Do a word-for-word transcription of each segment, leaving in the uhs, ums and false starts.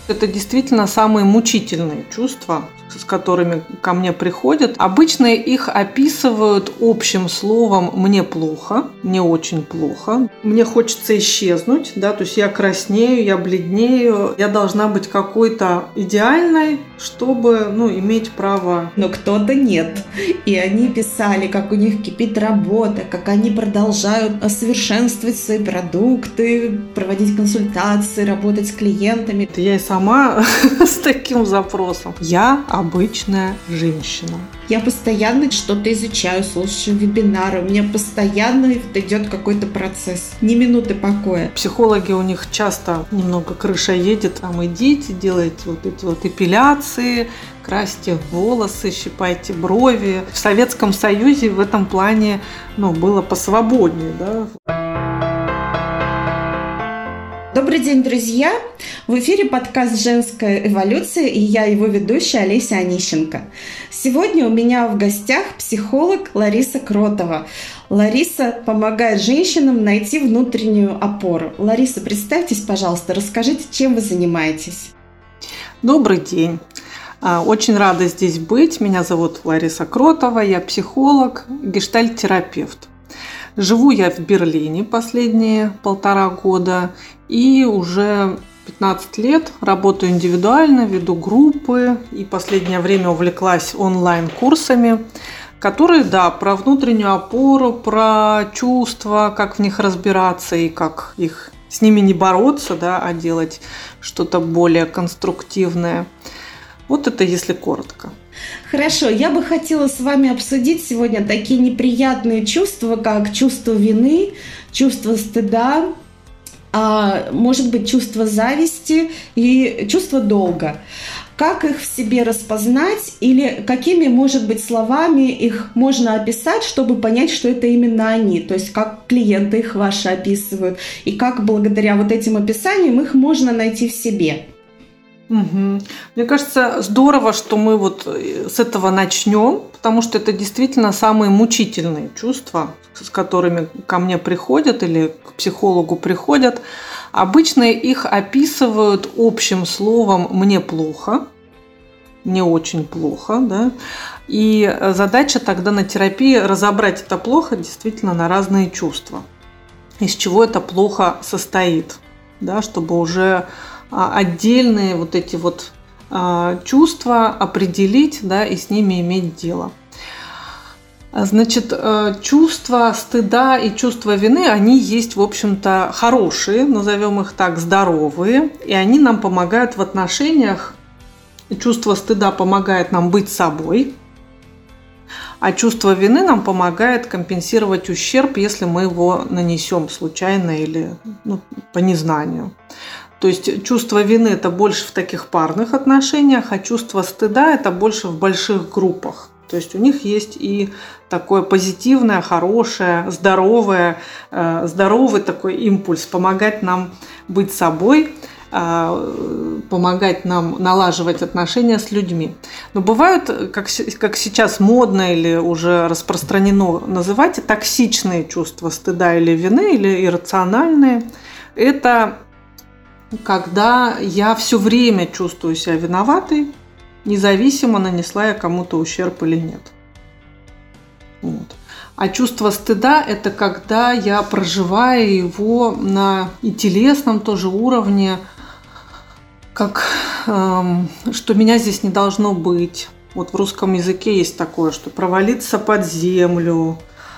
Это действительно самые мучительные чувства, с которыми ко мне приходят. Обычно их описывают общим словом «мне плохо», «мне очень плохо», «мне хочется исчезнуть», да, то есть я краснею, я бледнею, я должна быть какой-то идеальной, чтобы, ну, иметь право. Но кто-то нет. И они писали, как у них кипит работа, как они продолжают совершенствовать свои продукты, проводить консультации, работать с клиентами. Я и сама с таким запросом. Я обычная женщина. Я постоянно что-то изучаю, слушаю вебинары, у меня постоянно идет какой-то процесс, ни минуты покоя. Психологи, у них часто немного крыша едет, там идите, делайте вот эти вот эпиляции, красьте волосы, щипайте брови. В Советском Союзе в этом плане, ну, было посвободнее, да. Добрый день, друзья! В эфире подкаст «Женская эволюция» и я его ведущая Олеся Онищенко. Сегодня у меня в гостях психолог Лариса Кротова. Лариса помогает женщинам найти внутреннюю опору. Лариса, представьтесь, пожалуйста, расскажите, чем вы занимаетесь. Добрый день! Очень рада здесь быть. Меня зовут Лариса Кротова, я психолог, гештальт-терапевт. Живу я в Берлине последние полтора года и уже пятнадцать лет работаю индивидуально, веду группы и последнее время увлеклась онлайн-курсами, которые, да, про внутреннюю опору, про чувства, как в них разбираться и как их с ними не бороться, да, а делать что-то более конструктивное. Вот это если коротко. Хорошо, я бы хотела с вами обсудить сегодня такие неприятные чувства, как чувство вины, чувство стыда, а, может быть, чувство зависти и чувство долга. Как их в себе распознать или какими, может быть, словами их можно описать, чтобы понять, что это именно они, то есть как клиенты их ваши описывают, и как благодаря вот этим описаниям их можно найти в себе. Угу. Мне кажется, здорово, что мы вот с этого начнем, потому что это действительно самые мучительные чувства, с которыми ко мне приходят или к психологу приходят. Обычно их описывают общим словом «мне плохо», «мне очень плохо», да? И задача тогда на терапии разобрать это плохо действительно на разные чувства, из чего это плохо состоит, да, чтобы уже отдельные вот эти вот а, чувства определить, да, и с ними иметь дело. Значит, чувства стыда и чувства вины, они есть, в общем-то, хорошие, назовем их так, здоровые, и они нам помогают в отношениях. Чувство стыда помогает нам быть собой, а чувство вины нам помогает компенсировать ущерб, если мы его нанесем случайно или, ну, по незнанию. То есть чувство вины – это больше в таких парных отношениях, а чувство стыда – это больше в больших группах. То есть у них есть и такое позитивное, хорошее, здоровое, здоровый такой импульс помогать нам быть собой, помогать нам налаживать отношения с людьми. Но бывают, как, как сейчас модно или уже распространено называть, токсичные чувства стыда или вины, или иррациональные. Это когда я все время чувствую себя виноватой, независимо, нанесла я кому-то ущерб или нет. Вот. А чувство стыда – это когда я проживаю его на и телесном тоже уровне, как эм, что меня здесь не должно быть. Вот в русском языке есть такое, что провалиться под землю,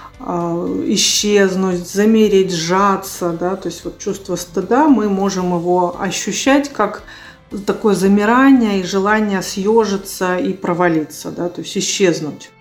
исчезнуть, замереть, сжаться, да, то есть вот чувство стыда, мы можем его ощущать как такое замирание и желание съежиться и провалиться, да, то есть исчезнуть.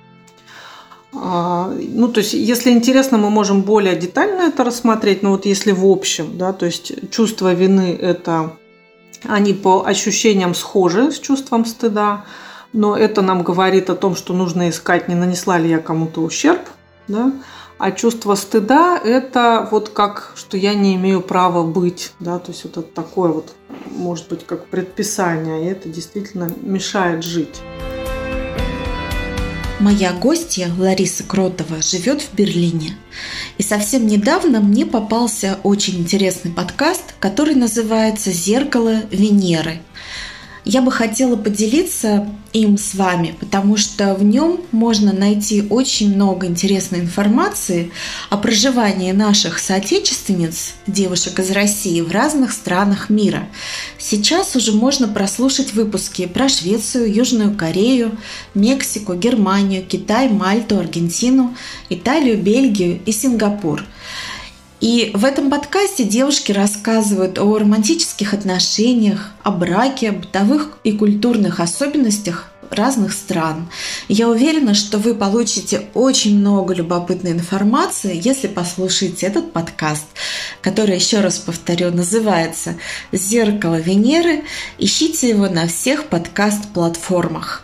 Ну, то есть, если интересно, мы можем более детально это рассмотреть, но вот если в общем, да, то есть чувство вины – это, они по ощущениям схожи с чувством стыда, но это нам говорит о том, что нужно искать, не нанесла ли я кому-то ущерб, да? А чувство стыда – это вот как, что я не имею права быть, да? То есть это такое вот, может быть, как предписание, и это действительно мешает жить. Моя гостья Лариса Кротова живет в Берлине. И совсем недавно мне попался очень интересный подкаст, который называется «Зеркало Венеры». Я бы хотела поделиться им с вами, потому что в нем можно найти очень много интересной информации о проживании наших соотечественниц, девушек из России, в разных странах мира. Сейчас уже можно прослушать выпуски про Швецию, Южную Корею, Мексику, Германию, Китай, Мальту, Аргентину, Италию, Бельгию и Сингапур. И в этом подкасте девушки рассказывают о романтических отношениях, о браке, о бытовых и культурных особенностях разных стран. Я уверена, что вы получите очень много любопытной информации, если послушаете этот подкаст, который, еще раз повторю, называется «Зеркало Венеры». Ищите его на всех подкаст-платформах.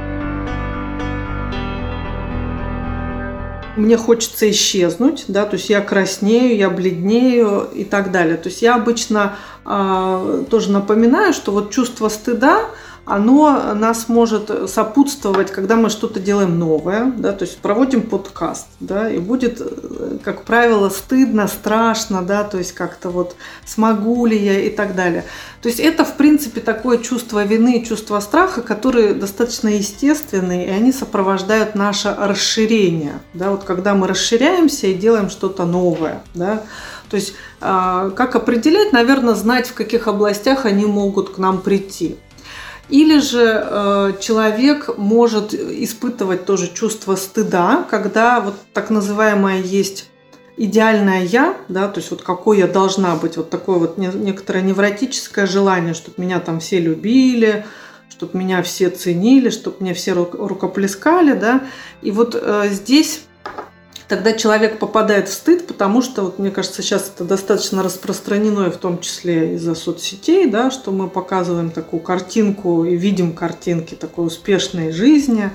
Мне хочется исчезнуть, да, то есть я краснею, я бледнею и так далее. То есть я обычно э, тоже напоминаю, что вот чувство стыда, оно нас может сопутствовать, когда мы что-то делаем новое, да, то есть проводим подкаст, да, и будет, как правило, стыдно, страшно, да, то есть как-то вот смогу ли я и так далее. То есть это, в принципе, такое чувство вины, чувство страха, которые достаточно естественные, и они сопровождают наше расширение, да, вот когда мы расширяемся и делаем что-то новое, да. То есть как определять, наверное, знать, в каких областях они могут к нам прийти. Или же э, человек может испытывать тоже чувство стыда, когда вот так называемое есть идеальное «я», да, то есть вот какой я должна быть, вот такое вот не, некоторое невротическое желание, чтобы меня там все любили, чтобы меня все ценили, чтобы мне все рукоплескали, да, и вот э, здесь тогда человек попадает в стыд, потому что, вот, мне кажется, сейчас это достаточно распространено, и в том числе из-за соцсетей, да, что мы показываем такую картинку и видим картинки такой успешной жизни.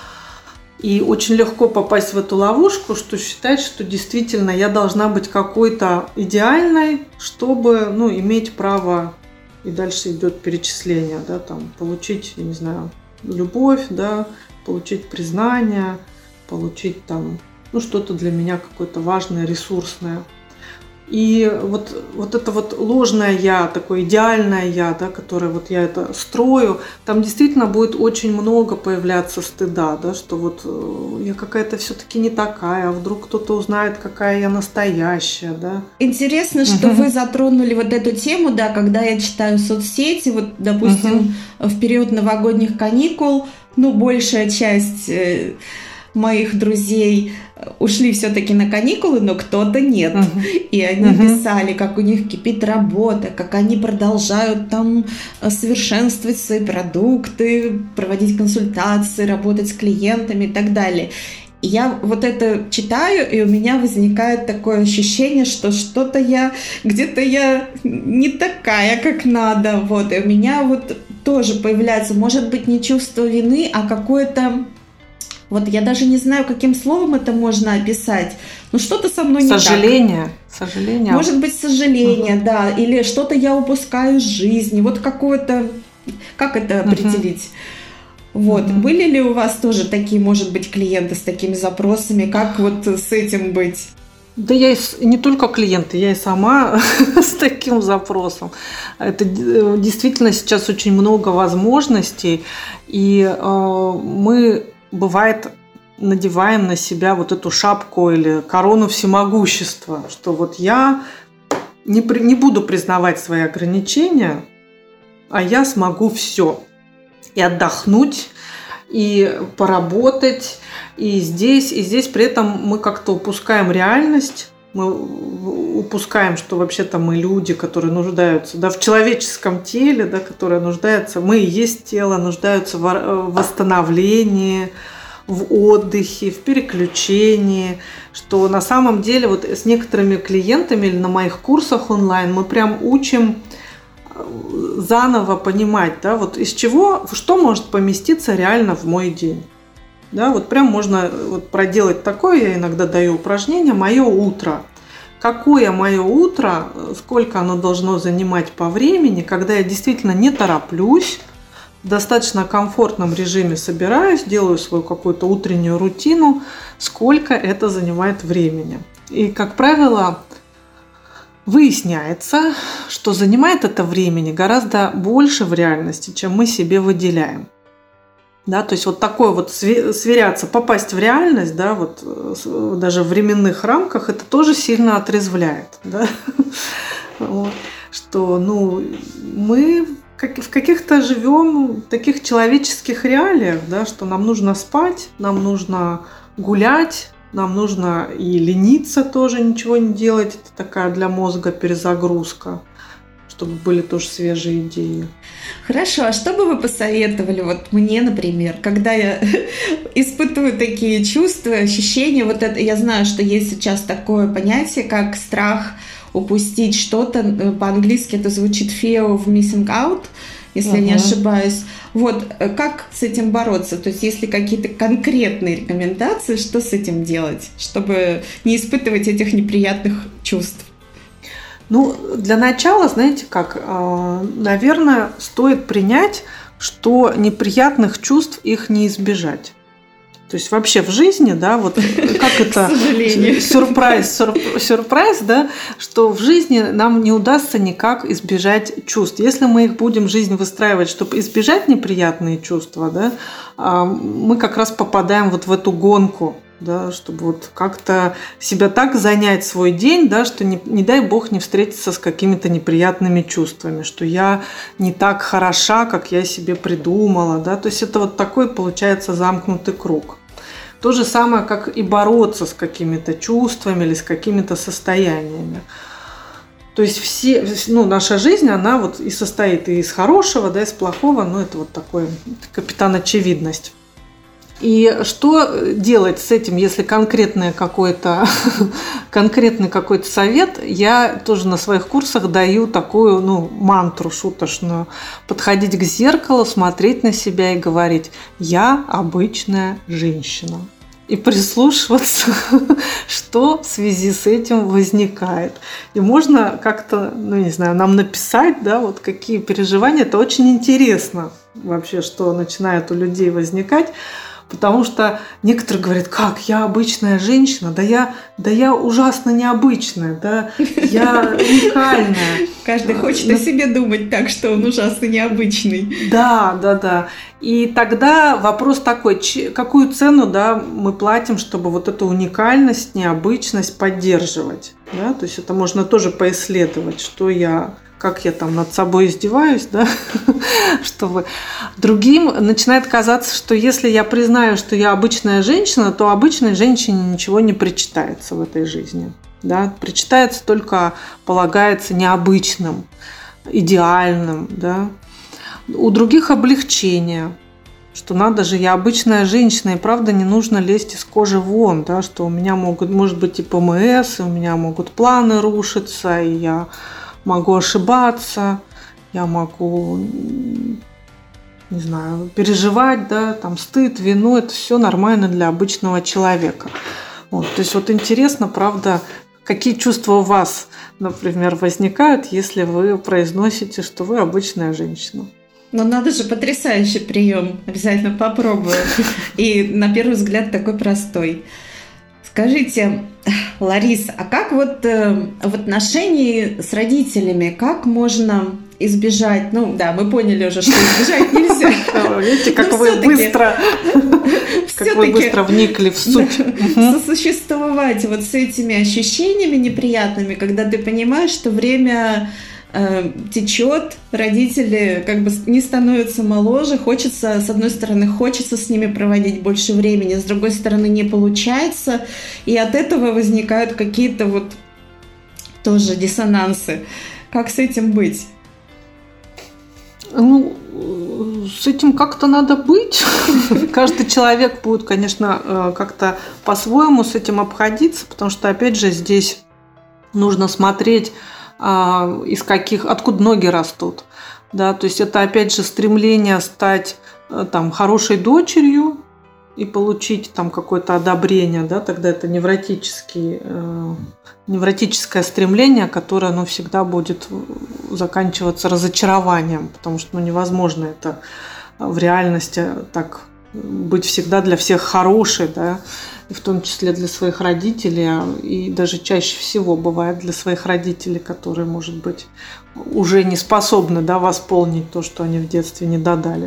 И очень легко попасть в эту ловушку, что считать, что действительно я должна быть какой-то идеальной, чтобы, ну, иметь право, и дальше идет перечисление, да, там, получить, я не знаю, любовь, да, получить признание, получить там, ну, что-то для меня какое-то важное, ресурсное. И вот, вот это вот ложное «я», такое идеальное «я», да, которое вот я это строю, там действительно будет очень много появляться стыда, да, что вот я какая-то все-таки не такая, а вдруг кто-то узнает, какая я настоящая, да. Интересно, что угу. вы затронули вот эту тему, да, когда я читаю соцсети, вот, допустим, угу. в период новогодних каникул, ну, большая часть моих друзей ушли все-таки на каникулы, но кто-то нет. Uh-huh. И они uh-huh. писали, как у них кипит работа, как они продолжают там совершенствовать свои продукты, проводить консультации, работать с клиентами и так далее. И я вот это читаю, и у меня возникает такое ощущение, что что-то я, где-то я не такая, как надо. Вот. И у меня вот тоже появляется, может быть, не чувство вины, а какое-то... Вот я даже не знаю, каким словом это можно описать, но что-то со мной не так. Сожаление. Сожаление. Может быть, сожаление, угу. да, или что-то я упускаю из жизни, вот какое-то, как это определить? Угу. Вот, угу. Были ли у вас тоже такие, может быть, клиенты с такими запросами, как вот с этим быть? Да я и не только клиенты, я и сама с таким запросом. Это действительно сейчас очень много возможностей, и э, мы... бывает, надеваем на себя вот эту шапку или корону всемогущества, что вот я не, при, не буду признавать свои ограничения, а я смогу все. И отдохнуть, и поработать, и здесь, и здесь. При этом мы как-то упускаем реальность, мы упускаем, что вообще-то мы люди, которые нуждаются, да, в человеческом теле, да, которое нуждается, мы и есть тело, нуждаются в восстановлении, в отдыхе, в переключении, что на самом деле вот с некоторыми клиентами или на моих курсах онлайн мы прям учим заново понимать, да, вот из чего, что может поместиться реально в мой день. Да, вот прям можно вот проделать такое, я иногда даю упражнение «Мое утро». Какое мое утро, сколько оно должно занимать по времени, когда я действительно не тороплюсь, в достаточно комфортном режиме собираюсь, делаю свою какую-то утреннюю рутину, сколько это занимает времени. И, как правило, выясняется, что занимает это времени гораздо больше в реальности, чем мы себе выделяем. Да, то есть вот такое вот сверяться, попасть в реальность, да, вот даже в временных рамках, это тоже сильно отрезвляет, да? Вот. Что, ну, мы в каких-то живем таких человеческих реалиях, да, что нам нужно спать, нам нужно гулять, нам нужно и лениться тоже, ничего не делать, это такая для мозга перезагрузка, чтобы были тоже свежие идеи. Хорошо, а что бы вы посоветовали вот мне, например, когда я испытываю такие чувства, ощущения, вот это, я знаю, что есть сейчас такое понятие, как страх упустить что-то, по-английски это звучит fear of missing out, если uh-huh. не ошибаюсь. Вот, как с этим бороться? То есть, есть ли какие-то конкретные рекомендации, что с этим делать, чтобы не испытывать этих неприятных чувств? Ну, для начала, знаете как, наверное, стоит принять, что неприятных чувств их не избежать. То есть вообще в жизни, да, вот как это сюрприз, сюрприз, да, что в жизни нам не удастся никак избежать чувств. Если мы их будем жизнь выстраивать, чтобы избежать неприятные чувства, да, мы как раз попадаем вот в эту гонку, да, чтобы вот как-то себя так занять свой день, да, что не, не дай бог не встретиться с какими-то неприятными чувствами, что я не так хороша, как я себе придумала, да, то есть это вот такой получается замкнутый круг. То же самое, как и бороться с какими-то чувствами или с какими-то состояниями. То есть все, ну, наша жизнь, она вот и состоит и из хорошего, да, из плохого, ну, это вот такой капитан очевидность. И что делать с этим, если конкретный какой-то, конкретный какой-то совет, я тоже на своих курсах даю такую, ну, мантру шуточную. Подходить к зеркалу, смотреть на себя и говорить: «Я обычная женщина». И прислушиваться, что в связи с этим возникает. И можно как-то, ну, не знаю, нам написать, да, вот какие переживания. Это очень интересно вообще, что начинает у людей возникать. Потому что некоторые говорят: как, я обычная женщина, да я, да я ужасно необычная, да, я уникальная. Каждый хочет о себе думать так, что он ужасно необычный. Да, да, да. И тогда вопрос такой: какую цену, да, мы платим, чтобы вот эту уникальность, необычность поддерживать? Да? То есть это можно тоже поисследовать, что я... как я там над собой издеваюсь, да, чтобы другим начинает казаться, что если я признаю, что я обычная женщина, то обычной женщине ничего не причитается в этой жизни. Да? Причитается только, полагается, необычным, идеальным. Да? У других облегчение, что надо же, я обычная женщина, и правда не нужно лезть из кожи вон, да? Что у меня могут, может быть и ПМС, и у меня могут планы рушиться, и я... могу ошибаться, я могу, не знаю, переживать, да, там стыд, вину, это все нормально для обычного человека. Вот, то есть вот интересно, правда, какие чувства у вас, например, возникают, если вы произносите, что вы обычная женщина. Ну, надо же, потрясающий прием, обязательно попробую. И на первый взгляд такой простой. Скажите, Лариса, а как вот э, в отношении с родителями, как можно избежать, ну да, мы поняли уже, что избежать нельзя. Видите, как вы быстро, как вы быстро вникли в суть. Сосуществовать вот с этими ощущениями неприятными, когда ты понимаешь, что время течет, родители как бы не становятся моложе, хочется, с одной стороны, хочется с ними проводить больше времени, с другой стороны, не получается, и от этого возникают какие-то вот тоже диссонансы. Как с этим быть? Ну, с этим как-то надо быть. Каждый человек будет, конечно, как-то по-своему с этим обходиться, потому что, опять же, здесь нужно смотреть, из каких, откуда ноги растут. Да, то есть это, опять же, стремление стать там, хорошей дочерью и получить там какое-то одобрение, да, тогда это невротический, э, невротическое стремление, которое, ну, всегда будет заканчиваться разочарованием, потому что, ну, невозможно это в реальности так быть всегда для всех хорошей, да, и в том числе для своих родителей, и даже чаще всего бывает для своих родителей, которые, может быть, уже не способны, да, восполнить то, что они в детстве не додали.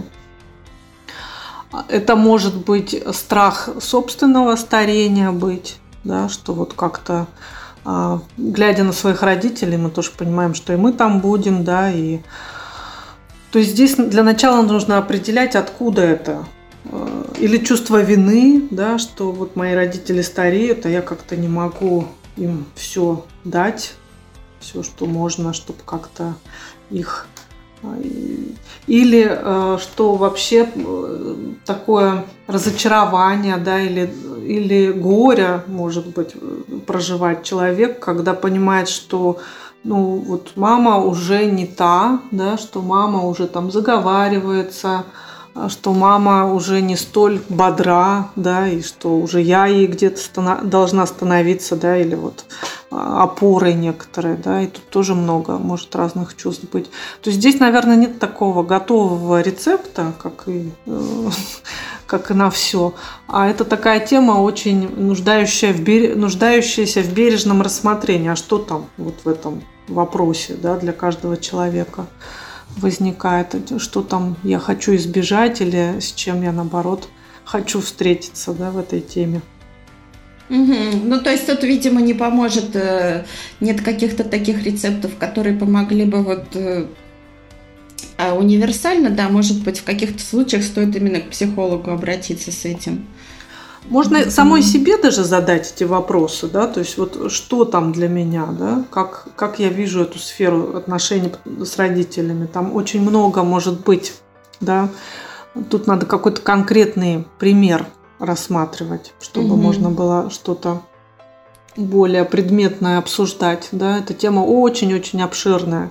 Это может быть страх собственного старения быть, да, что вот как-то, глядя на своих родителей, мы тоже понимаем, что и мы там будем, да, и то есть здесь для начала нужно определять, откуда это. Или чувство вины, да, что вот мои родители стареют, а я как-то не могу им все дать, все, что можно, чтобы как-то их... Или что вообще такое разочарование, да, или, или горе, может быть, проживает человек, когда понимает, что ну, вот мама уже не та, да, что мама уже там заговаривается, что мама уже не столь бодра, да, и что уже я ей где-то станов... должна становиться, да, или вот опорой некоторой, да, и тут тоже много может разных чувств быть. То есть здесь, наверное, нет такого готового рецепта, как и, как и на все, а это такая тема очень нуждающая в бер... нуждающаяся в бережном рассмотрении, а что там вот в этом вопросе, да, для каждого человека возникает, что там я хочу избежать или с чем я, наоборот, хочу встретиться, да, в этой теме. Угу. Ну, то есть тут, видимо, не поможет, нет каких-то таких рецептов, которые помогли бы вот универсально, да, может быть, в каких-то случаях стоит именно к психологу обратиться с этим. Можно mm-hmm. самой себе даже задать эти вопросы, да, то есть вот что там для меня, да, как, как я вижу эту сферу отношений с родителями, там очень много может быть, да, тут надо какой-то конкретный пример рассматривать, чтобы mm-hmm. можно было что-то более предметное обсуждать, да, эта тема очень-очень обширная.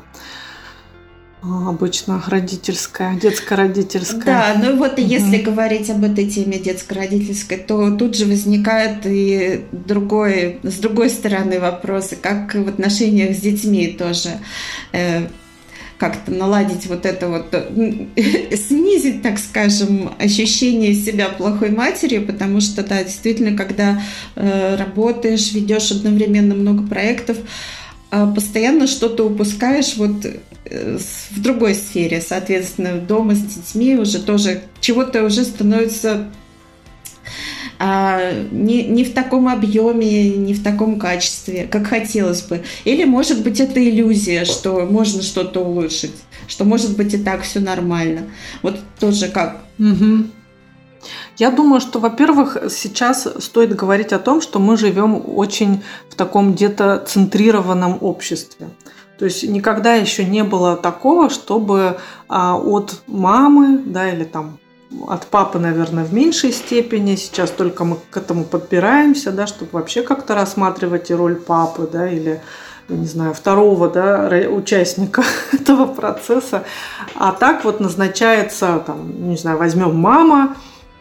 Обычно родительская, детско-родительская. Да, ну вот и если mm-hmm. говорить об этой теме детско-родительской, то тут же возникает и другой, с другой стороны вопросы, как в отношениях с детьми тоже э, как-то наладить вот это вот, снизить, так скажем, ощущение себя плохой матерью, потому что, да, действительно, когда э, работаешь, ведешь одновременно много проектов, постоянно что-то упускаешь вот в другой сфере, соответственно, дома с детьми уже тоже чего-то уже становится а, не, не в таком объеме, не в таком качестве, как хотелось бы. Или, может быть, это иллюзия, что можно что-то улучшить, что, может быть, и так все нормально. Вот тоже как? Угу. Я думаю, что, во-первых, сейчас стоит говорить о том, что мы живем очень в таком детоцентрированном обществе. То есть никогда еще не было такого, чтобы а, от мамы, да, или там от папы, наверное, в меньшей степени, сейчас только мы к этому подбираемся, да, чтобы вообще как-то рассматривать и роль папы, да, или, не знаю, второго, да, участника этого процесса. А так вот назначается, там, не знаю, возьмем мама,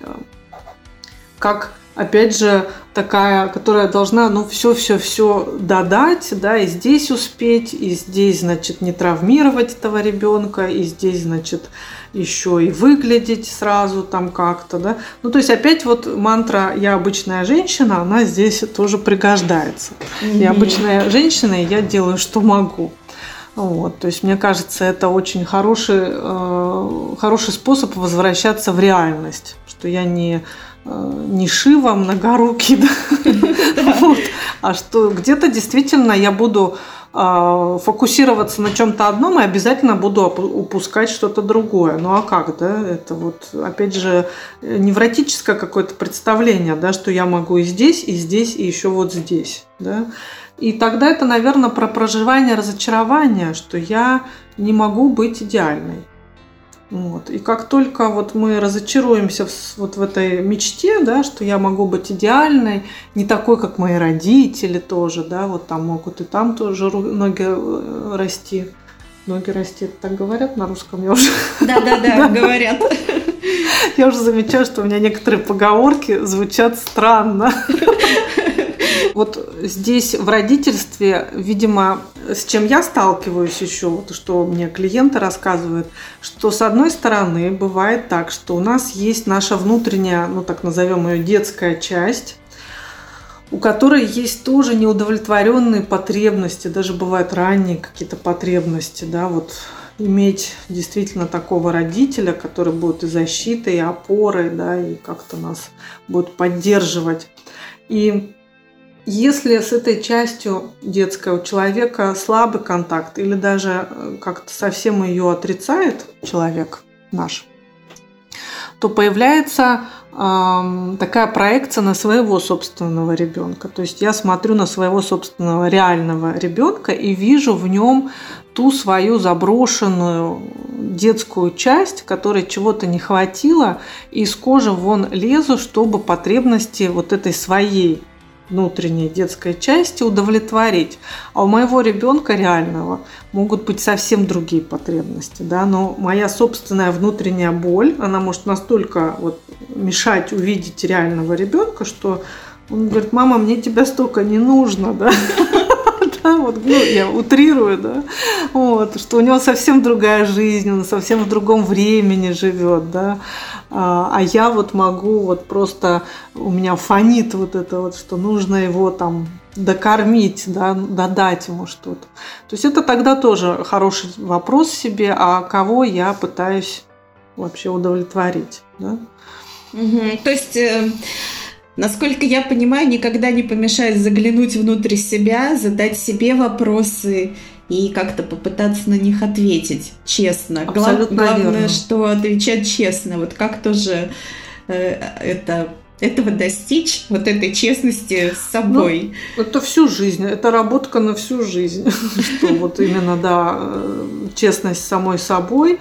как, опять же, такая, которая должна, ну, все-все-все додать, да, и здесь успеть, и здесь, значит, не травмировать этого ребенка, и здесь, значит, еще и выглядеть сразу там как-то, да. Ну, то есть, опять вот мантра «я обычная женщина», она здесь тоже пригождается. Mm-hmm. Я обычная женщина, и я делаю, что могу. Вот, то есть, мне кажется, это очень хороший, э, хороший способ возвращаться в реальность, что я не, э, не Шива многорукий, да? Вот, а что где-то действительно я буду э, фокусироваться на чем-то одном и обязательно буду упускать что-то другое. Ну а как, да? Это вот, опять же, невротическое какое-то представление, да, что я могу и здесь, и здесь, и еще вот здесь, да? И тогда это, наверное, про проживание разочарования, что я не могу быть идеальной. Вот. И как только вот мы разочаруемся в, вот в этой мечте, да, что я могу быть идеальной, не такой, как мои родители тоже, да, вот там могут и там тоже ноги расти. Ноги расти, это так говорят на русском? Я уже... Да-да-да, говорят. Я уже замечаю, что у меня некоторые поговорки звучат странно. вот здесь в родительстве, видимо, с чем я сталкиваюсь еще, вот что мне клиенты рассказывают, что с одной стороны бывает так, что у нас есть наша внутренняя, ну так назовем ее детская часть, у которой есть тоже неудовлетворенные потребности, даже бывают ранние какие-то потребности, да, вот иметь действительно такого родителя, который будет и защитой, и опорой, да, и как-то нас будет поддерживать. И если с этой частью детской у человека слабый контакт или даже как-то совсем ее отрицает человек наш, то появляется э, такая проекция на своего собственного ребенка. То есть я смотрю на своего собственного реального ребенка и вижу в нем ту свою заброшенную детскую часть, которой чего-то не хватило, и из кожи вон лезу, чтобы потребности вот этой своей внутренней детской части удовлетворить. А у моего ребенка реального могут быть совсем другие потребности, да, но моя собственная внутренняя боль, она может настолько вот мешать увидеть реального ребенка, что он говорит: мама, мне тебя столько не нужно, да. Да, вот, ну, я утрирую, да, вот, что у него совсем другая жизнь, он совсем в другом времени живет, да, а, а я вот могу вот просто, у меня фонит вот это вот, что нужно его там докормить, да, додать ему что-то. То есть это тогда тоже хороший вопрос себе, а кого я пытаюсь вообще удовлетворить, да. Угу. То есть... Насколько я понимаю, никогда не помешает заглянуть внутрь себя, задать себе вопросы и как-то попытаться на них ответить честно. Абсолютно Глав, главное, верно. что отвечать честно. Вот как тоже э, это, этого достичь, вот этой честности с собой. Ну, это всю жизнь, это работка на всю жизнь. Что вот именно, да, честность с самой собой,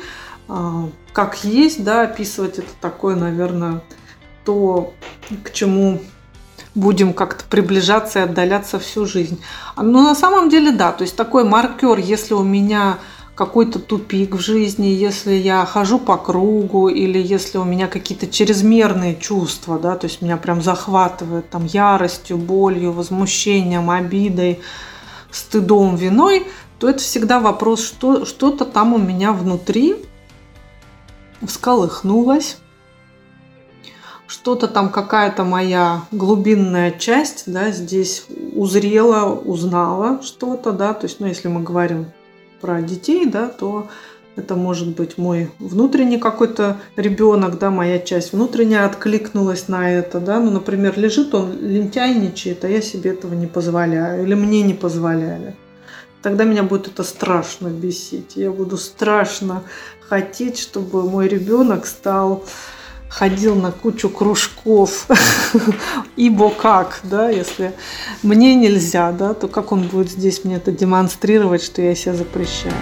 как есть, да, описывать это такое, наверное, то, к чему будем как-то приближаться и отдаляться всю жизнь. Но на самом деле, да, то есть такой маркер, если у меня какой-то тупик в жизни, если я хожу по кругу или если у меня какие-то чрезмерные чувства, да, то есть меня прям захватывает там яростью, болью, возмущением, обидой, стыдом, виной, то это всегда вопрос, что что-то там у меня внутри всколыхнулось, что-то там, какая-то моя глубинная часть, да, здесь узрела, узнала что-то, да, то есть, ну, если мы говорим про детей, да, то это может быть мой внутренний какой-то ребенок, да, моя часть внутренняя откликнулась на это, да, ну, например, лежит он, лентяйничает, а я себе этого не позволяю, или мне не позволяли. Тогда меня будет это страшно бесить, я буду страшно хотеть, чтобы мой ребенок стал... ходил на кучу кружков, ибо как, да, если мне нельзя, да, то как он будет здесь мне это демонстрировать, что я себя запрещаю.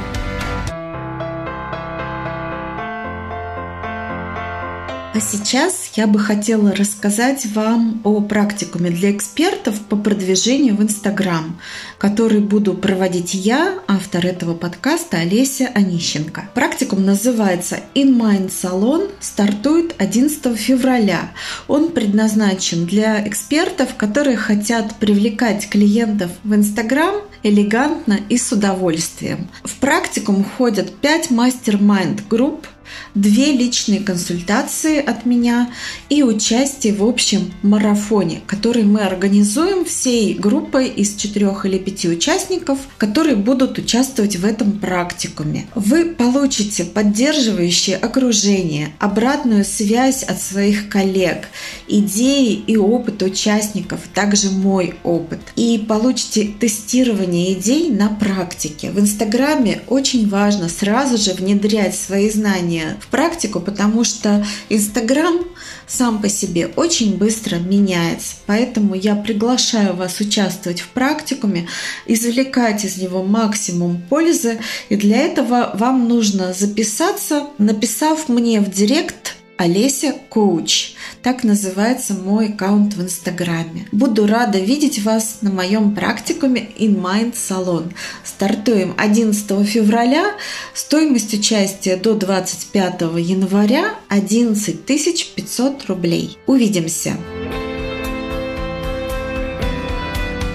А сейчас я бы хотела рассказать вам о практикуме для экспертов по продвижению в Инстаграм, который буду проводить я, автор этого подкаста Олеся Онищенко. Практикум называется InMind Salon, стартует одиннадцатого февраля. Он предназначен для экспертов, которые хотят привлекать клиентов в Инстаграм элегантно и с удовольствием. В практикум входят пять мастер-майнд групп, две личные консультации от меня и участие в общем марафоне, который мы организуем всей группой из четырех или пяти участников, которые будут участвовать в этом практикуме. Вы получите поддерживающее окружение, обратную связь от своих коллег, идеи и опыт участников, также мой опыт. И получите тестирование идей на практике. В Инстаграме очень важно сразу же внедрять свои знания в практику, потому что Инстаграм сам по себе очень быстро меняется. Поэтому я приглашаю вас участвовать в практикуме, извлекать из него максимум пользы. И для этого вам нужно записаться, написав мне в директ Олеся Коуч. Так называется мой аккаунт в Инстаграме. Буду рада видеть вас на моем практикуме InMind Salon. Стартуем одиннадцатого февраля. Стоимость участия до двадцать пятого января одиннадцать тысяч пятьсот рублей. Увидимся!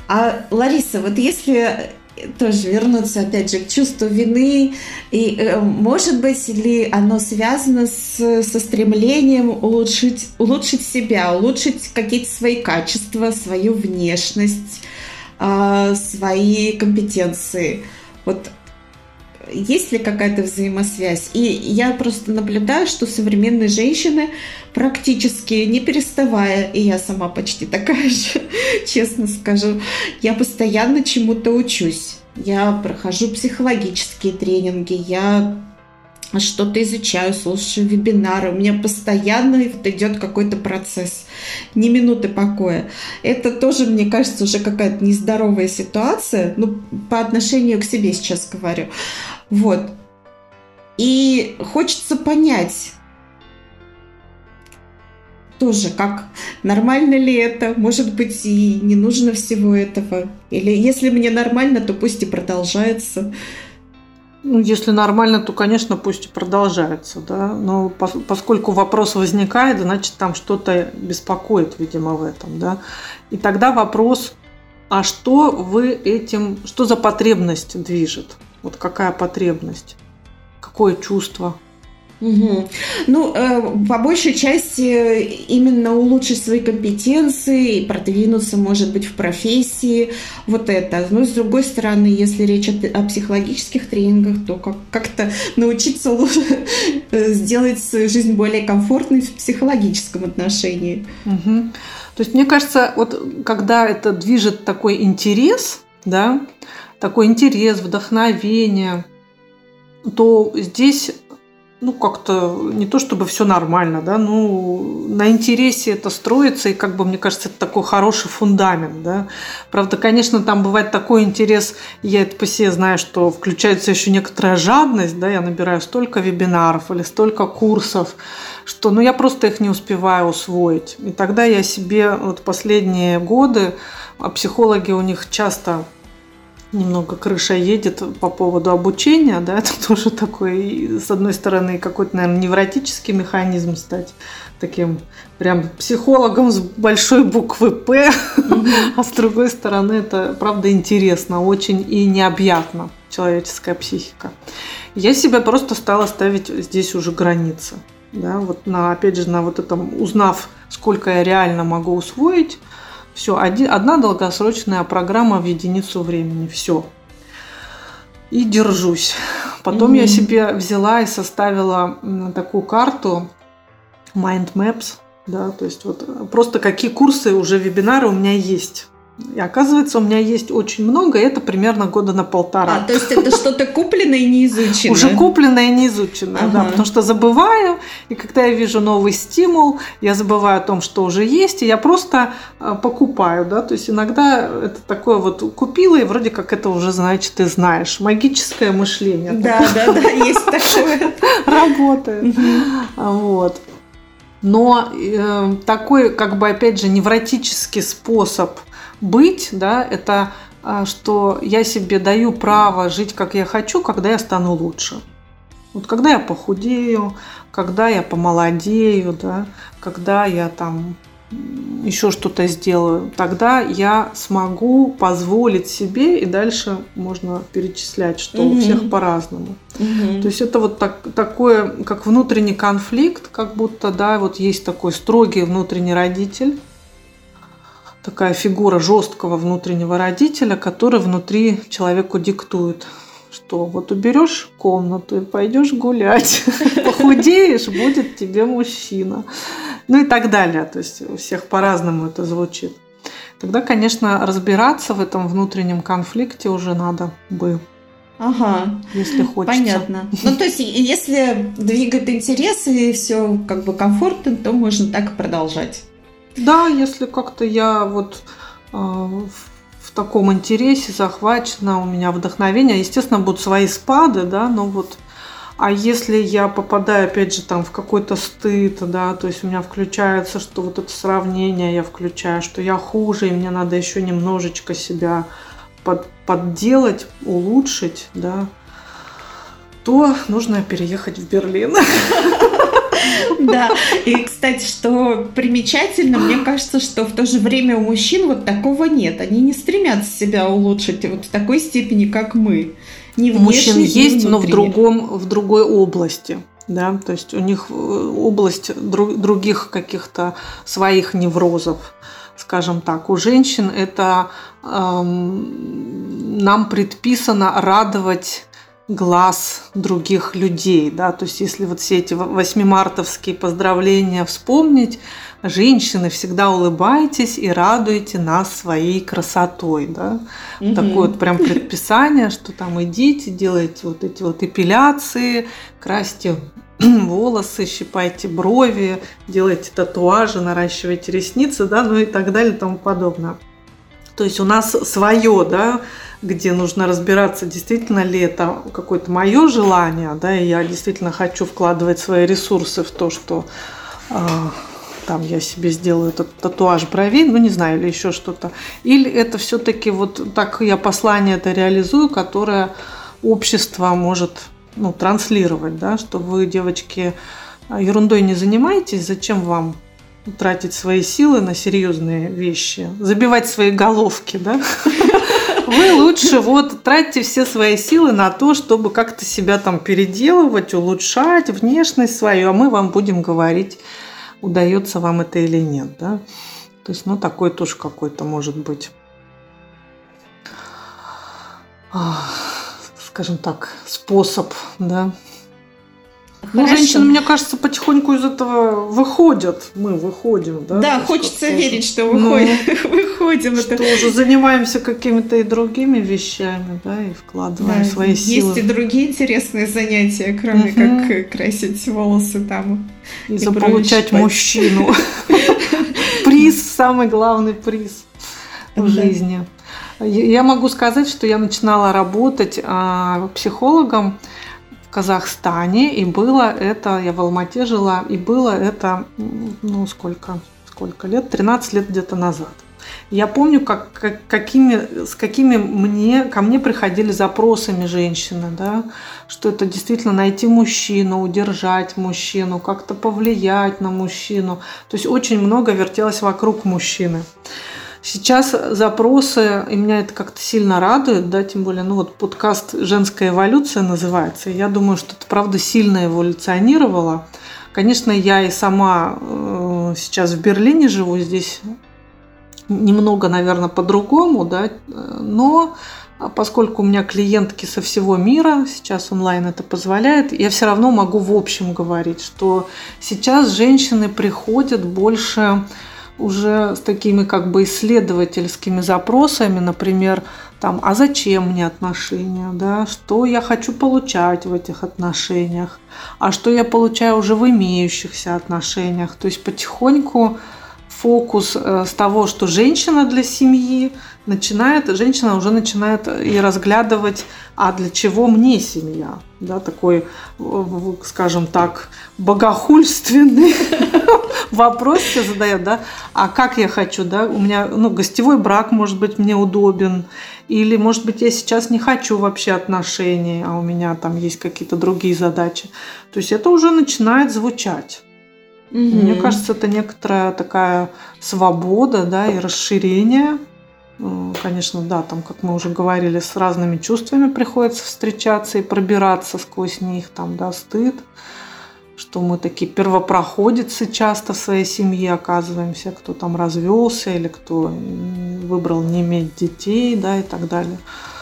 А, Лариса, вот если тоже вернуться опять же к чувству вины, и, может быть ли оно связано с, со стремлением улучшить, улучшить себя, улучшить какие-то свои качества, свою внешность, свои компетенции? Вот есть ли какая-то взаимосвязь? И я просто наблюдаю, что современные женщины практически не переставая, и я сама почти такая же, честно скажу, я постоянно чему-то учусь. Я прохожу психологические тренинги, я что-то изучаю, слушаю вебинары. У меня постоянно идет какой-то процесс, ни минуты покоя. Это тоже, мне кажется, уже какая-то нездоровая ситуация, ну, по отношению к себе сейчас говорю. Вот. И хочется понять тоже, как нормально ли это, может быть, и не нужно всего этого. Или если мне нормально, то пусть и продолжается. Ну, если нормально, то, конечно, пусть и продолжается, да. Но поскольку вопрос возникает, значит, там что-то беспокоит, видимо, в этом, да. И тогда вопрос, а что вы этим, что за потребность движет? Вот какая потребность? Какое чувство? Угу. Ну, э, по большей части именно улучшить свои компетенции, продвинуться, может быть, в профессии, вот это. Но, с другой стороны, если речь о, о психологических тренингах, то как- как-то научиться лучше сделать свою жизнь более комфортной в психологическом отношении. Угу. То есть, мне кажется, вот когда это движет такой интерес, да, такой интерес, вдохновение, то здесь, ну, как-то не то чтобы все нормально, да, ну, на интересе это строится, и, как бы, мне кажется, это такой хороший фундамент, да. Правда, конечно, там бывает такой интерес, я это по себе знаю, что включается еще некоторая жадность, да, я набираю столько вебинаров или столько курсов, что, ну, я просто их не успеваю усвоить. И тогда я себе, вот последние годы, а психологи, у них часто немного крыша едет по поводу обучения, да, это тоже такой, с одной стороны, какой-то, наверное, невротический механизм стать таким прям психологом с большой буквы «П», mm-hmm. а с другой стороны, это, правда, интересно очень и необъятно, человеческая психика. Я себе просто стала ставить здесь уже границы, да, вот на, опять же, на вот этом, узнав, сколько я реально могу усвоить. Все, одна долгосрочная программа в единицу времени. Все. И держусь. Потом mm-hmm. я себе взяла и составила такую карту Mind Maps. Да, то есть вот просто какие курсы, уже вебинары у меня есть. И оказывается, у меня есть очень много, и это примерно года на полтора. А, то есть это что-то купленное и не изученное? Уже купленное и не изученное, ага. да, потому что забываю, и когда я вижу новый стимул, я забываю о том, что уже есть, и я просто покупаю, да, то есть иногда это такое вот купила, и вроде как это уже, значит, ты знаешь. Магическое мышление. Да, да, да, есть такое. Работает. Вот. Но э, такой, как бы, опять же, невротический способ быть, да, это что я себе даю право жить, как я хочу, когда я стану лучше. Вот когда я похудею, когда я помолодею, да, когда я там еще что-то сделаю, тогда я смогу позволить себе, и дальше можно перечислять, что mm-hmm. у всех по-разному. Mm-hmm. То есть это вот так, такое, как внутренний конфликт, как будто, да, вот есть такой строгий внутренний родитель, такая фигура жесткого внутреннего родителя, который внутри человеку диктует, что вот уберешь комнату и пойдешь гулять, похудеешь, будет тебе мужчина. Ну и так далее. То есть у всех по-разному это звучит. Тогда, конечно, разбираться в этом внутреннем конфликте уже надо бы. Ага, если хочется. Понятно. Ну, то есть, если двигает интерес и все как бы комфортно, то можно так и продолжать. Да, если как-то я вот э, в, в таком интересе захвачена, у меня вдохновение, естественно, будут свои спады, да, но вот, а если я попадаю, опять же, там в какой-то стыд, да, то есть у меня включается, что вот это сравнение я включаю, что я хуже, и мне надо еще немножечко себя под, подделать, улучшить, да, то нужно переехать в Берлин. Да, и, кстати, что примечательно, мне кажется, что в то же время у мужчин вот такого нет. Они не стремятся себя улучшить вот в такой степени, как мы. Ни У мужчин внешне, ни есть, но в, внутренне. другом, в другой области. Да? То есть у них область друг, других каких-то своих неврозов, скажем так. У женщин это эм, нам предписано радовать глаз других людей, да, то есть если вот все эти восьмимартовские поздравления вспомнить, женщины, всегда улыбайтесь и радуйте нас своей красотой, да, mm-hmm. такое вот прям предписание, что там идите, делайте вот эти вот эпиляции, красьте волосы, щипайте брови, делайте татуажи, наращивайте ресницы, да, ну и так далее и тому подобное. То есть у нас свое, да, где нужно разбираться, действительно ли это какое-то мое желание, да, и я действительно хочу вкладывать свои ресурсы в то, что э, там я себе сделаю этот татуаж бровей, ну не знаю, или еще что-то. Или это все-таки вот так я послание это реализую, которое общество может, ну, транслировать, да, что вы, девочки, ерундой не занимаетесь, зачем вам тратить свои силы на серьезные вещи, забивать свои головки, да? Вы лучше вот тратьте все свои силы на то, чтобы как-то себя там переделывать, улучшать внешность свою, а мы вам будем говорить, удается вам это или нет, да? То есть, ну, такой тоже какой-то может быть, скажем так, способ, да? Ну, женщины, мне кажется, потихоньку из этого выходят. Мы выходим, да? Да, хочется верить, что выходим. Ну, выходим. Что это... уже занимаемся какими-то и другими вещами, да, и вкладываем да, свои есть силы. Есть и другие интересные занятия, кроме угу. как красить волосы там. И, и заполучать мужчину. Приз, самый главный приз в жизни. Я могу сказать, что я начинала работать психологом в Казахстане, и было это, я в Алмате жила, и было это, ну, сколько, сколько лет, тринадцать лет где-то назад. Я помню, как, как, какими, с какими мне, ко мне приходили запросами женщины, да, что это действительно найти мужчину, удержать мужчину, как-то повлиять на мужчину. То есть очень много вертелось вокруг мужчины. Сейчас запросы, и меня это как-то сильно радует, да, тем более, ну вот подкаст «Женская эволюция» называется, и я думаю, что это, правда, сильно эволюционировало. Конечно, я и сама э, сейчас в Берлине живу, здесь немного, наверное, по-другому, да, но поскольку у меня клиентки со всего мира, сейчас онлайн это позволяет, я все равно могу в общем говорить, что сейчас женщины приходят больше уже с такими как бы исследовательскими запросами, например, там, а зачем мне отношения, да, что я хочу получать в этих отношениях, а что я получаю уже в имеющихся отношениях. То есть потихоньку фокус с того, что женщина для семьи, начинает, женщина уже начинает и разглядывать, а для чего мне семья, да, такой, скажем так, богохульственный вопрос себе задает, да, а как я хочу, да, у меня, ну, гостевой брак, может быть, мне удобен, или, может быть, я сейчас не хочу вообще отношений, а у меня там есть какие-то другие задачи. То есть это уже начинает звучать. Угу. Мне кажется, это некоторая такая свобода, да, и расширение. Конечно, да, там, как мы уже говорили, с разными чувствами приходится встречаться и пробираться сквозь них, там, да, стыд, что мы такие первопроходцы часто в своей семье оказываемся, кто там развелся или кто выбрал не иметь детей, да, и так далее.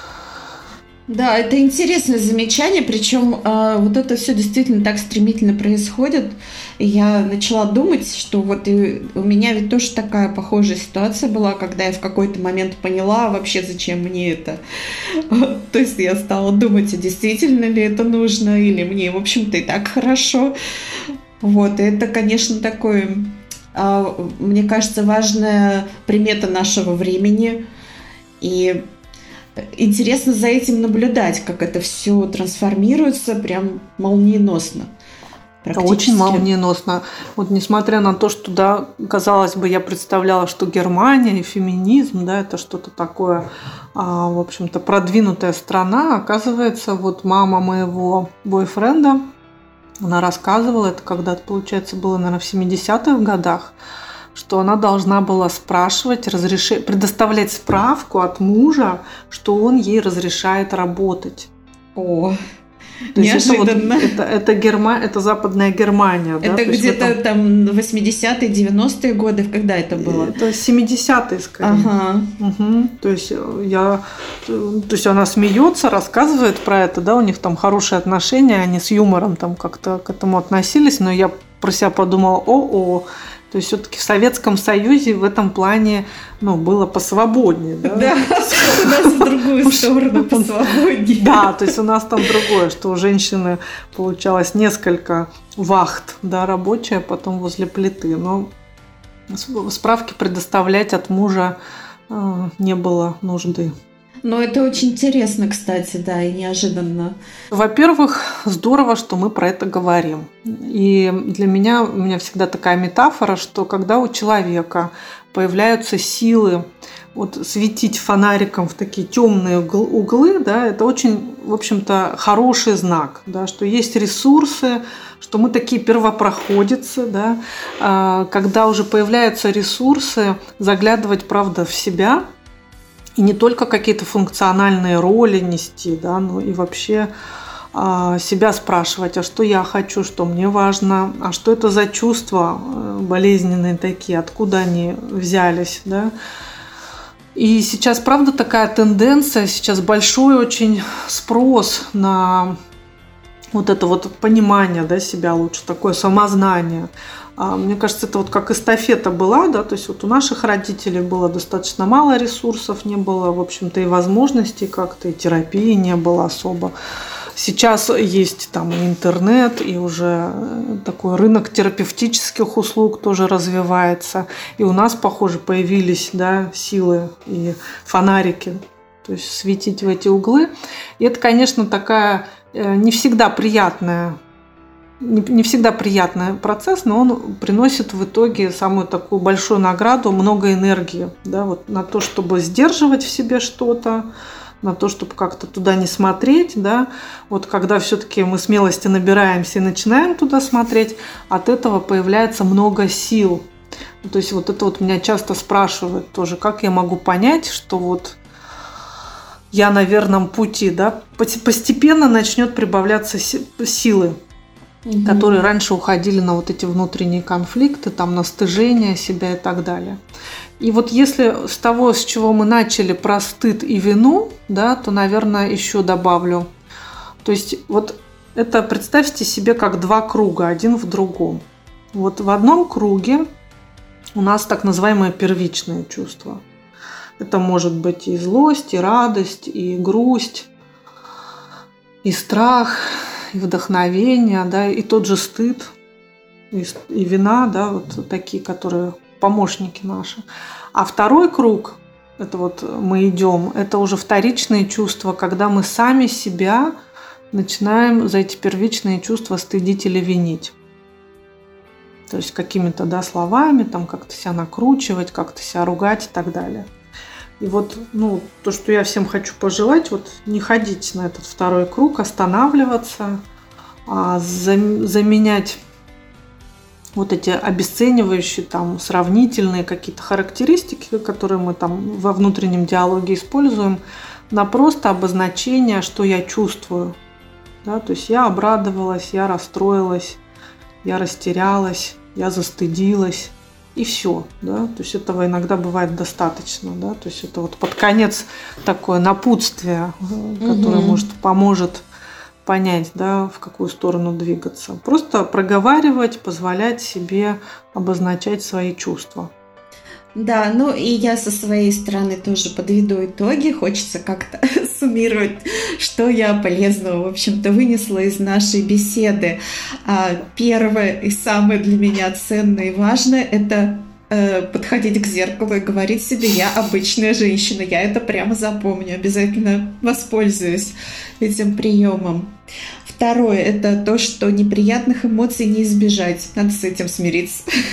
Да, это интересное замечание, причем э, вот это все действительно так стремительно происходит. И я начала думать, что вот и у меня ведь тоже такая похожая ситуация была, когда я в какой-то момент поняла вообще, зачем мне это. То есть я стала думать, а действительно ли это нужно, или мне, в общем-то, и так хорошо. Вот, и это, конечно, такое, э, мне кажется, важная примета нашего времени. И интересно за этим наблюдать, как это все трансформируется прям молниеносно. Очень молниеносно. Вот несмотря на то, что, да, казалось бы, я представляла, что Германия и феминизм, да, это что-то такое, а, в общем-то, продвинутая страна, оказывается, вот мама моего бойфренда, Она рассказывала, это когда-то, получается, было, наверное, в семидесятых годах, что она должна была спрашивать, разреши... предоставлять справку от мужа, что он ей разрешает работать. О, То неожиданно. Есть это, вот, это, это, Герма... это Западная Германия. Это да? где-то этом... там восьмидесятые, девяностые годы, когда это было? Это семидесятые, скорее. Ага. Угу. То есть я, то есть она смеется, рассказывает про это, да, у них там хорошие отношения, они с юмором там как-то к этому относились, но я про себя подумала, о-о. То есть все-таки в Советском Союзе в этом плане, ну, было посвободнее. Да, да, у нас в другую сторону посвободнее. Да, то есть у нас там другое, что у женщины получалось несколько вахт, да, рабочая, потом возле плиты. Но справки предоставлять от мужа э, не было нужды. Но это очень интересно, кстати, да, и неожиданно. Во-первых, здорово, что мы про это говорим. И для меня, у меня всегда такая метафора, что когда у человека появляются силы вот, светить фонариком в такие темные углы, да, это очень, в общем-то, хороший знак, да, что есть ресурсы, что мы такие первопроходцы, да, когда уже появляются ресурсы, заглядывать, правда, в себя, и не только какие-то функциональные роли нести, да, но и вообще а, себя спрашивать, а что я хочу, что мне важно, а что это за чувства болезненные такие, откуда они взялись, да. И сейчас, правда, такая тенденция, сейчас большой очень спрос на вот это вот понимание, да, себя лучше, такое самознание. Мне кажется, это вот как эстафета была, да, то есть вот у наших родителей было достаточно мало ресурсов, не было, в общем-то, и возможностей как-то, и терапии не было особо. Сейчас есть там и интернет, и уже такой рынок терапевтических услуг тоже развивается. И у нас, похоже, появились, да, силы и фонарики, то есть светить в эти углы. И это, конечно, такая не всегда приятная Не всегда приятный процесс, но он приносит в итоге самую такую большую награду, много энергии, да, вот на то, чтобы сдерживать в себе что-то, на то, чтобы как-то туда не смотреть, да, вот когда все-таки мы смелости набираемся и начинаем туда смотреть, от этого появляется много сил. То есть вот это вот меня часто спрашивают тоже, как я могу понять, что вот я на верном пути, да, постепенно начнет прибавляться силы, угу. которые раньше уходили на вот эти внутренние конфликты, там, на стыжение себя и так далее. И вот если с того, с чего мы начали, про стыд и вину, да, то, наверное, еще добавлю. То есть вот это представьте себе как два круга, один в другом. Вот в одном круге у нас так называемые первичные чувства. Это может быть и злость, и радость, и грусть, и страх, и вдохновение, да, и тот же стыд, и, и вина, да, вот такие, которые помощники наши. А второй круг, это вот мы идем, это уже вторичные чувства, когда мы сами себя начинаем за эти первичные чувства стыдить или винить. То есть какими-то, да, словами, там как-то себя накручивать, как-то себя ругать и так далее. И вот, ну, то, что я всем хочу пожелать, вот не ходить на этот второй круг, останавливаться, а заменять вот эти обесценивающие, там, сравнительные какие-то характеристики, которые мы там во внутреннем диалоге используем, на просто обозначение, что я чувствую. Да? То есть я обрадовалась, я расстроилась, я растерялась, я застыдилась. И все, да, то есть этого иногда бывает достаточно, да, то есть это вот под конец такое напутствие, которое, угу. может, поможет понять, да, в какую сторону двигаться. Просто проговаривать, позволять себе обозначать свои чувства. Да, ну и я со своей стороны тоже подведу итоги. Хочется как-то суммировать, что я полезного, в общем-то, вынесла из нашей беседы. Первое и самое для меня ценное и важное – это подходить к зеркалу и говорить себе: я обычная женщина, я это прямо запомню, обязательно воспользуюсь этим приемом. Второе – это то, что неприятных эмоций не избежать, надо с этим смириться.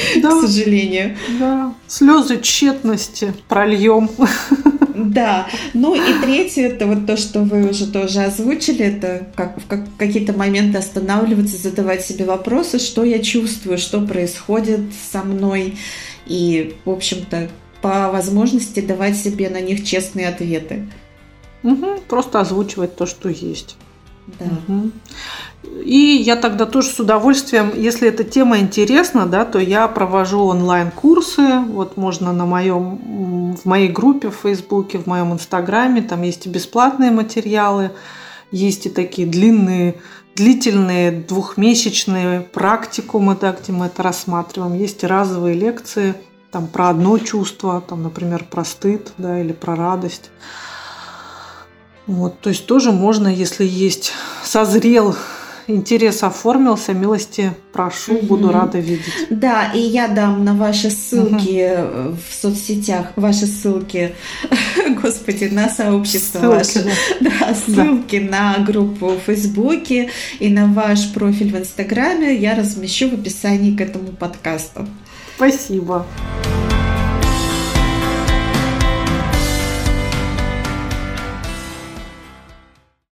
к сожалению. Да, слезы тщетности прольем. Да, ну и третье, это вот то, что вы уже тоже озвучили, это как в как, какие-то моменты останавливаться, задавать себе вопросы, что я чувствую, что происходит со мной, и, в общем-то, по возможности давать себе на них честные ответы. Угу, просто озвучивать то, что есть. Да. Угу. И я тогда тоже с удовольствием, если эта тема интересна, да, то я провожу онлайн-курсы. Вот можно на моем, в моей группе в Фейсбуке, в моем Инстаграме, там есть и бесплатные материалы, есть и такие длинные, длительные двухмесячные практикумы, да, где мы это рассматриваем. Есть и разовые лекции там, про одно чувство, там, например, про стыд, да, или про радость. Вот, то есть тоже можно, если есть, созрел интерес, оформился, милости прошу, угу. Буду рада видеть. Да, и я дам на ваши ссылки угу. в соцсетях, ваши ссылки, господи, на сообщество ссылки, ваше, да. Да, ссылки да. на группу в Фейсбуке и на ваш профиль в Инстаграме я размещу в описании к этому подкасту. Спасибо.